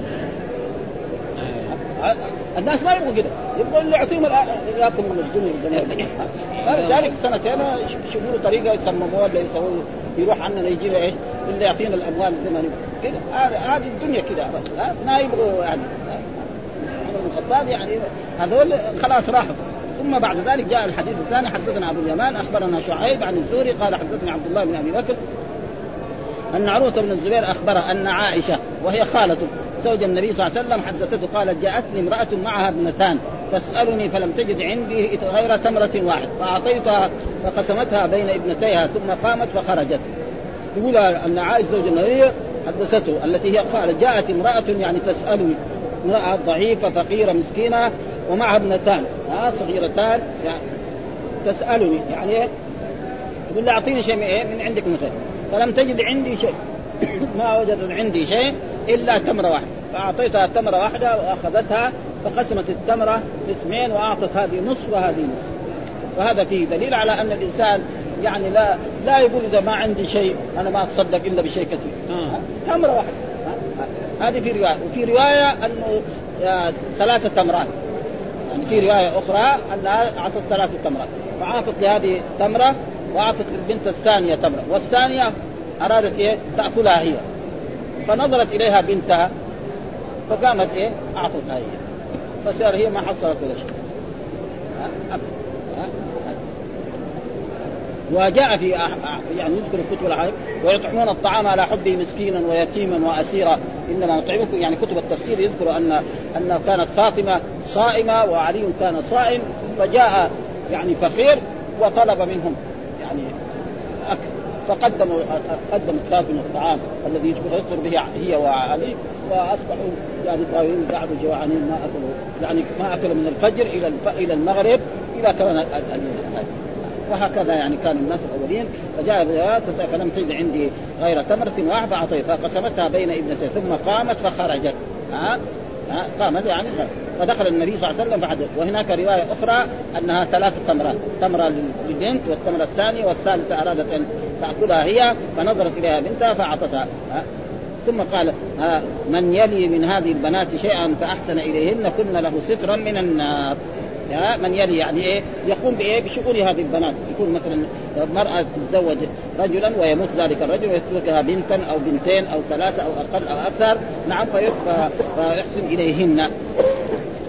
الناس ما يبغوا كده، يبغوا اللي يعطيهم ياكل من الدنيا. ذلك 2 سنين يشوفوا له طريقه يسمموها ولا يسووا يروح عنا يجي له ايش اللي يعطينا الاموال زي ما نبغى كده. هذه الدنيا كده ما يبغوا يعني. الخطاب يعني هذول خلاص راحوا. ثم بعد ذلك جاء الحديث الثاني، حدثنا ابو اليمان اخبرنا شعيب عن الزهري قال حدثني عبد الله بن ابي بكر ان عروة بن الزبير اخبر ان عائشه وهي خالته زوج النبي صلى الله عليه وسلم حدثته قالت جاءتني امرأة معها ابنتان تسألني فلم تجد عندي غير تمرة واحد فأعطيتها فقسمتها بين ابنتيها ثم قامت فخرجت. يقول أن عائشة زوج النبي حدثته التي هي قالت جاءت امرأة يعني تسألني، امرأة ضعيفة فقيرة مسكينة ومعها ابنتان صغيرتان يعني تسألني يعني يقول لي أعطيني شيء من عندك مثلا، فلم تجد عندي شيء ما وجدت عندي شيء إلا تمرة واحدة فأعطيتها تمرة واحدة وأخذتها فقسمت التمرة قسمين وأعطت هذه نصف وهذه نصف. وهذا فيه دليل على أن الإنسان يعني لا يقول إذا ما عندي شيء أنا ما أتصدق إلا بشيء كثير. تمرة واحدة هذه في رواية. وفي رواية أنه 3 تمرات، يعني في رواية أخرى أنها أعطت 3 تمرات فأعطت لهذه تمرة وأعطت للبنت الثانية تمرة، والثانية أرادت تأكلها هي فنظرت إليها بنتها فقامت أعطتها هي فصار هي ما حصلت ولا شيء. وجاء في يعني يذكر الكتب العرب ويطعمون الطعام على حبه مسكينا ويتيما وأسيرا إنما نطعمكم، يعني كتب التفسير يذكر أن كانت فاطمة صائمة وعلي كان صائم فجاء يعني فقير وطلب منهم يعني أكل قدمت فاطمة الطعام الذي يذكر به هي وعلي وأصبحوا يعني طاوعين قعدوا جوعانين ما أكلوا، يعني ما أكلوا من الفجر إلى المغرب إلى كمان وهكذا يعني كان الناس الأولين. فجاء فلم تجد عندي غير تمرة واحدة فأعطيتها فقسمتها بين ابنتين ثم قامت فخرجت. قامت يعني فدخل النبي صلى الله عليه وسلم فحدث. وهناك رواية أخرى أنها 3 تمرات، تمرة للبنت والتمرة الثانية والثالثة أرادت أن تأكلها هي فنظرت إليها بنتها فأعطتها. ثم قال من يلي من هذه البنات شيئا فأحسن إليهن كن له سترا من النار. من يلي يعني يقوم بشؤون هذه البنات، يكون مثلا مرأة تتزوج رجلا ويموت ذلك الرجل ويتركها بنتا أو بنتين أو 3 أو أقل أو أكثر، نعم فيحسن إليهن.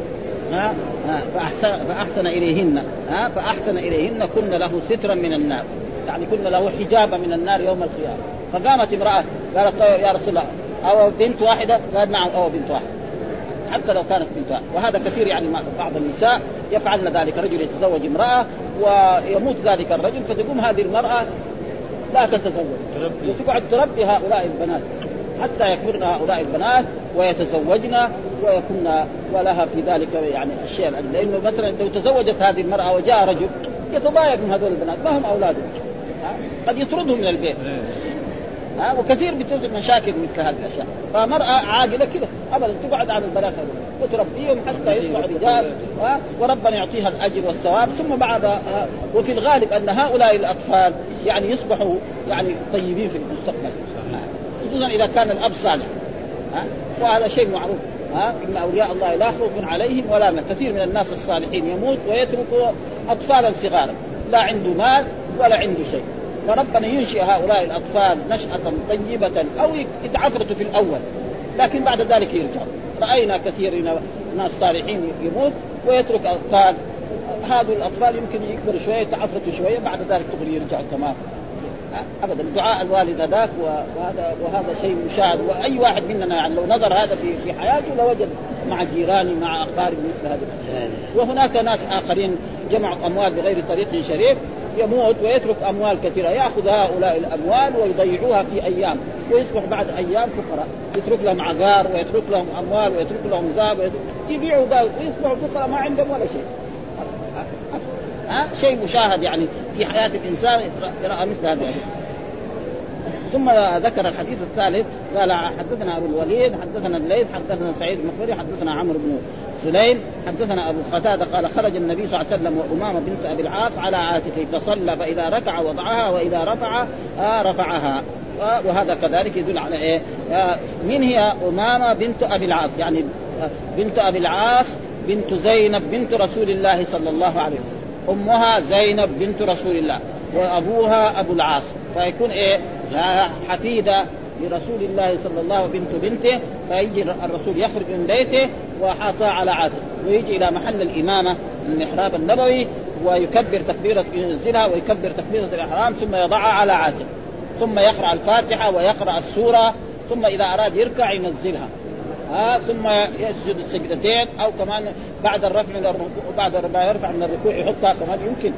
فأحسن إليهن كن له سترا من النار، يعني كن له حجابا من النار يوم القيامة. فقامت امرأة قالت يا رسول الله أو بنت واحدة؟ قال نعم أو بنت واحدة، حتى لو كانت بنت واحدة. وهذا كثير يعني بعض النساء يفعلن ذلك، رجل يتزوج امرأة ويموت ذلك الرجل فتقوم هذه المرأة لا تتزوج وتقعد تربي هؤلاء البنات حتى يكبرن هؤلاء البنات ويتزوجن ويكون ولها في ذلك يعني الشيء. لأنه مثلا لو تزوجت هذه المرأة وجاء رجل يتضايق من هذول البنات، ما هم أولاده، قد يطردهم من البيت. وكثير بتصير مشاكل مثل هذه الأشياء. فمرأة عاقلة كده أبدا تقعد على البنات وتربيهم حتى يصبحوا رجال وربنا يعطيها الأجر والثواب. ثم بعد وفي الغالب أن هؤلاء الأطفال يعني يصبحوا يعني طيبين في المستقبل، خصوصا إذا كان الأب صالح. وهذا شيء معروف، إن أولياء الله لا خوف عليهم ولا هم. كثير من الناس الصالحين يموت ويتركوا أطفالا صغارا لا عنده مال ولا عنده شيء، فربنا ينشئ هؤلاء الأطفال نشأة طيبة أو يتعفرتوا في الأول لكن بعد ذلك يرجعوا. رأينا كثير من ناس صالحين يموت ويترك أطفال، هذول الأطفال يمكن يكبروا شوية يتعفرتوا شوية بعد ذلك تقدر يرجعوا تمام. أبدا دعاء الوالد ذاك وهذا شيء مشاهد. وأي واحد مننا يعني لو نظر هذا في حياته لوجد مع جيرانه مع أقارب مثل هذه الأشياء. وهناك ناس آخرين جمعوا أموال بغير طريق شريف، يموت ويترك أموال كثيرة، يأخذ هؤلاء الأموال ويضيعوها في أيام ويصبح بعد أيام فقراء، يترك لهم عقار ويترك لهم أموال ويترك لهم ذهب يبيعوا ذلك ويصبحوا فقراء ما عندهم ولا شيء. شيء مشاهد يعني في حياة الإنسان يرى مثل هذا. ثم ذكر الحديث الثالث قال حدثنا أبو الوليد حدثنا الليث حدثنا سعيد المقبري حدثنا عمرو بن سليم حدثنا أبو قتادة قال خرج النبي صلى الله عليه وسلم وأمامة بنت أبي العاص على عاتقه فصلى فإذا ركع وضعها وإذا رفع رفعها. وهذا كذلك يدل على إيه؟ من هي أمامة بنت أبي العاص؟ يعني بنت أبي العاص بنت زينب بنت رسول الله صلى الله عليه وسلم، أمها زينب بنت رسول الله وأبوها أبو العاص، فيكون إيه حفيدة لرسول الله صلى الله عليه وسلم بنته. فيجي الرسول يخرج من بيته وحاطها على عاتقه ويجي إلى محل الإمامة المحراب النبوي ويكبر تكبيرة ينزلها ويكبر تكبيرة الإحرام ثم يضعها على عاتقه ثم يقرأ الفاتحة ويقرأ السورة ثم إذا أراد يركع ينزلها ثم يسجد السجدتين أو كمان بعد الرفع من الركوع بعد ما يرفع من الركوع يحطها كمان يمكن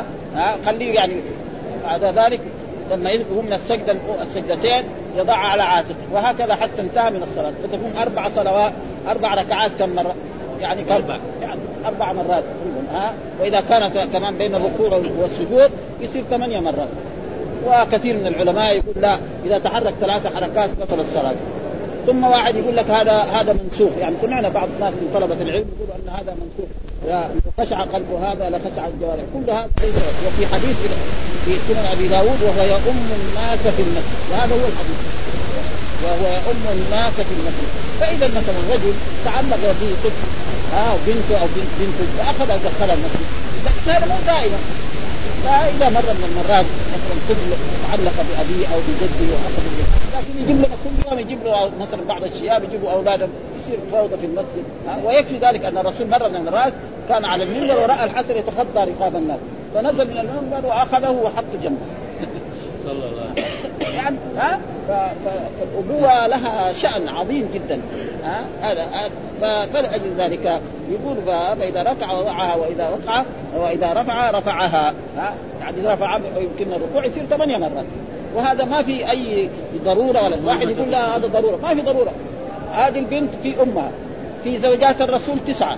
خليه يعني بعد ذلك لما يقوم من السجدتين يضعها على عاتقه وهكذا حتى انتهى من الصلاة. فتكون 4 صلوات 4 ركعات كم مرة؟ يعني 4 مرات وإذا كانت كمان بين الركوع والسجود يصير 8 مرات. وكثير من العلماء يقول لا إذا تحرك 3 حركات بطل الصلاة. ثم واحد يقول لك هذا منسوخ، يعني سمعنا بعض الناس من طلبة العلم يقولوا أن هذا منسوخ خشع قلبه هذا لخشع الجوارح كل هذا. وفي حديث في سنن أبي داود وهو يؤم الناس في المسجد، وهذا هو الحديث وهو يؤم الناس في المسجد. فإذا مثلا رجل تعلق به طفل بنته أو بنته فأخذ أو دخلها المسجد هذا مو دائما. فإذا مرة من المرات مثلا طفل تعلق بأبيه أو بجده وأخذ لكن يجيب له كل يوم يجيب له مثلا بعض الشياب يجيبوا أولاده يصير فوضى في المسجد. ويكفي ذلك أن الرسول مرة من المرات كان على المنبر ورأى الحسن يتخطى رقاب الناس فنزل من المنبر وأخذه وحطه جنبه صلى الله عليه وسلم. يعني فالأبوة لها شأن عظيم جدا. هذا فلأجل ذلك يقول فإذا ركع وضعها وإذا رفع رفعها. يعني رفع يمكن الركوع يصير 8 مرات. وهذا ما في أي ضرورة ولا واحد يقول لا هذا ضرورة، ما في ضرورة. هذه البنت في أمها في زوجات الرسول 9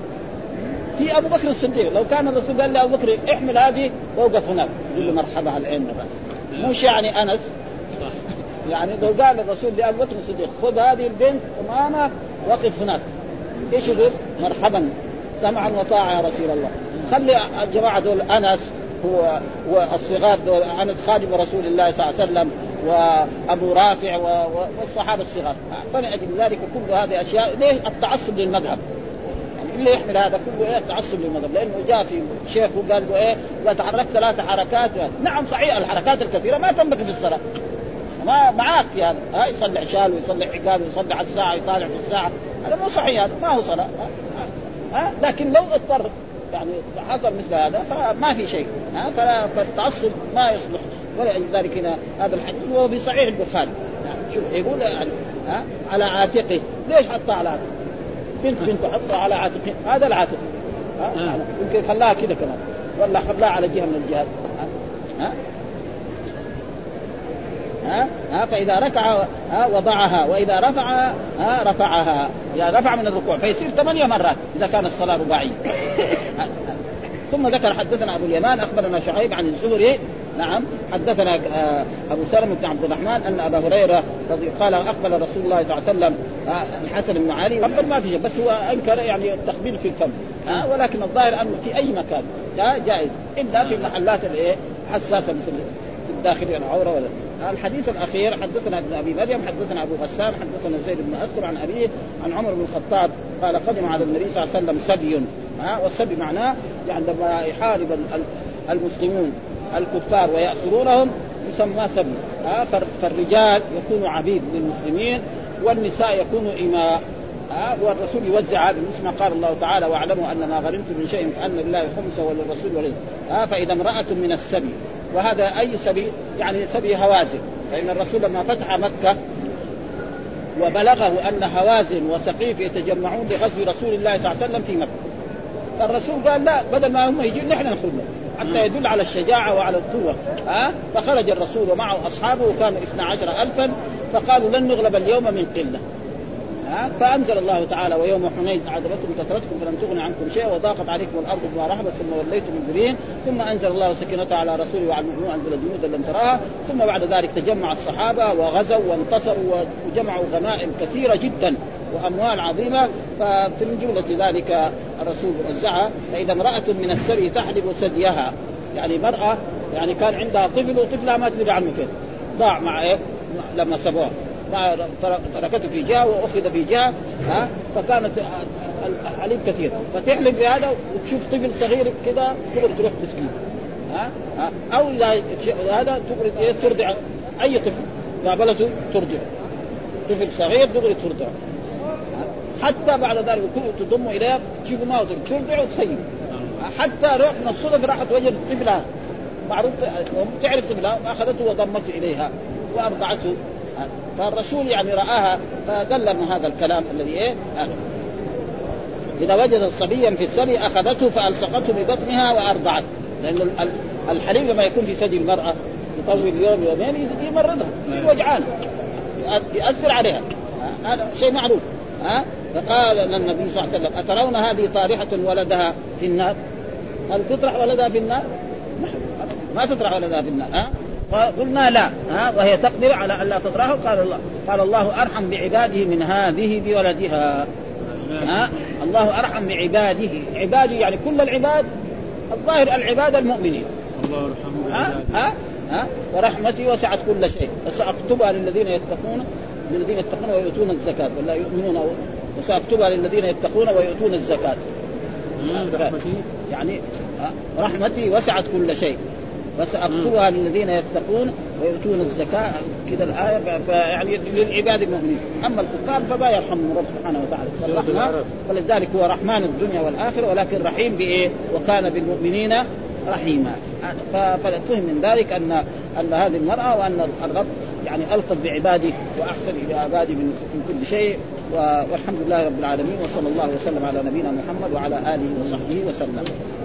في أبو بكر الصديق. لو كان الرسول قال لأبو بكر احمل هذه ووقف هناك يقول له مرحبا على العين بس مش يعني أنس يعني لو قال الرسول لأبو بكر الصديق خذ هذه البنت أمامك وقف هناك ايش يقول؟ مرحبا سمعا وطاعة يا رسول الله. خلي الجماعة دول أنس هو والصغار دول أنس خادم رسول الله صلى الله عليه وسلم وأبو رافع والصحابة الصغار. فلأجل ذلك كل هذه أشياء ليه التعصب للمذهب يعني اللي يحمل هذا كله إيه التعصب للمذهب. لأنه جاء في شيخ وقال له إيه إذا تحركت 3 حركات نعم صحيح الحركات الكثيرة ما تنبغي في الصلاة ما معاك في هذا يصلي عشاء ويصلي عقاب ويصلي على الساعة يطالع في الساعة هذا مو صحيح هذا ما هو صلاة. لكن لو اضطر يعني حصل مثل هذا فما في شيء. فالتعصب ما يصلح. ولذلك هنا هذا الحديث هو في صحيح البخاري. شوف يقول يعني على عاتقه. ليش حطها على عاتقه؟ بنت حطها على عاتقه، هذا العاتق. يمكن خلاها كده كمان، ولا خلاها على جهة من الجهات. فإذا ركع وضعها، وإذا رفع رفعها، يعني رفع من الركوع فيصير 8 مرات إذا كان الصلاة رباعية. ثم ذكر حدثنا أبو اليمان أخبرنا شعيب عن الزهري نعم حدثنا أبو سلمة بن عبد الرحمن أن أبا هريرة قال أقبل رسول الله صلى الله عليه وسلم الحسن بن علي قبل ما في شيء، بس هو أنكر يعني التقبيل في الفم، ولكن الظاهر أنه في أي مكان جائز إلا في محلات حساسة مثل الداخل العورة ولا. الحديث الأخير حدثنا ابن أبي مريم حدثنا أبو غسان حدثنا زيد بن أسكر عن أبيه عن عمر بن الخطاب قال قدم على النبي صلى الله عليه وسلم سبي. والسبي معناه يعني لما يحارب المسلمون الكفار ويأسرونهم يسمى سبي. فالرجال يكونوا عبيد للمسلمين والنساء يكونوا إماء. والرسول يوزع هذا مثل ما قال الله تعالى واعلموا أن ما غنمتم من شيء فأن لله خمسه وللرسول ولله. فإذا امرأة من السبي، وهذا أي سبي يعني سبي هوازن، فإن الرسول لما فتح مكة وبلغه أن هوازن وثقيف يتجمعون لغزو رسول الله صلى الله عليه وسلم في مكة، فالرسول قال لا، بدل ما هم يجون نحن نخرج حتى يدل على الشجاعة وعلى القوة. فخرج الرسول ومعه أصحابه وكانوا 12,000، فقالوا لن نغلب اليوم من قلة. فأنزل الله تعالى ويوم حنين أعجبتكم كثرتكم فلم تغن عنكم شيئا وضاقت عليكم الأرض بما رحبت ثم وليتم مدبرين ثم أنزل الله سكينته على رسوله وعلى المؤمنين أنزل جنودا لم تراها. ثم بعد ذلك تجمع الصحابة وغزوا وانتصروا وجمعوا غنائم كثيرة جدا وأموال عظيمة. ففي جملة ذلك الرسول وزعها. فإذا امرأة من السبي تحلب ثديها، يعني مرأة يعني كان عندها طفل وطفلها ما تدري عنه كيف ضاع مع لما سبوها، تركته في جهة وأخذ في جهة، فكانت الحليب كثير، فتحلب بهذا وتشوف طفل صغير كده تقدر تروح تسقيه، أو إذا هذا تقدر ترضع أي طفل قابلته ترضع، طفل صغير تقدر ترضع، حتى بعد ذلك تضم إليه تشوف ما ترضع وتسيب. حتى من الصدف راحت وجد طفلها معروف تعرف طفلها أخذته وضمته إليها وأرضعته. فالرسول يعني رآها فقال لنا هذا الكلام الذي إذا وجدت صبيا في السبي أخذته فألصقته ببطنها وأرضعته، لأن الحليب لما يكون في ثدي المرأة يطول يوم يومين يمرضها يصير وجعان يؤثر عليها، هذا شيء معروف. فقال النبي صلى الله عليه وسلم أترون هذه طارحة ولدها في النار؟ هل تطرح ولدها في النار؟ ما تطرح ولدها في النار. قلنا لا، وهي تقدر على أن لا تطرحه. قال الله أرحم بعباده من هذه بولدها. الله أرحم بعباده، عباده يعني كل العباد، الظاهر العباد المؤمنين. الله يرحمه ورحمتي وسعت كل شيء فسأكتبها للذين يتقون ويؤتون الزكاة ولا يؤمنون، وسأكتبها للذين يتقون ويؤتون الزكاة. يعني رحمتي وسعت كل شيء فسأكتبها للذين يتقون ويؤتون الزكاة كذا الآية، يعني للعباد المؤمنين. أما الكفار فما يرحمهم رب سبحانه وتعالى، فلذلك هو رحمن الدنيا والآخرة، ولكن رحيم بإيه؟ وكان بالمؤمنين رحيما. فلتهم من ذلك أن هذه المرأة وأن الرب يعني ألطف بعباده وأحسن إلى عباده من كل شيء. والحمد لله رب العالمين، وصلى الله وسلم على نبينا محمد وعلى آله وصحبه وسلم.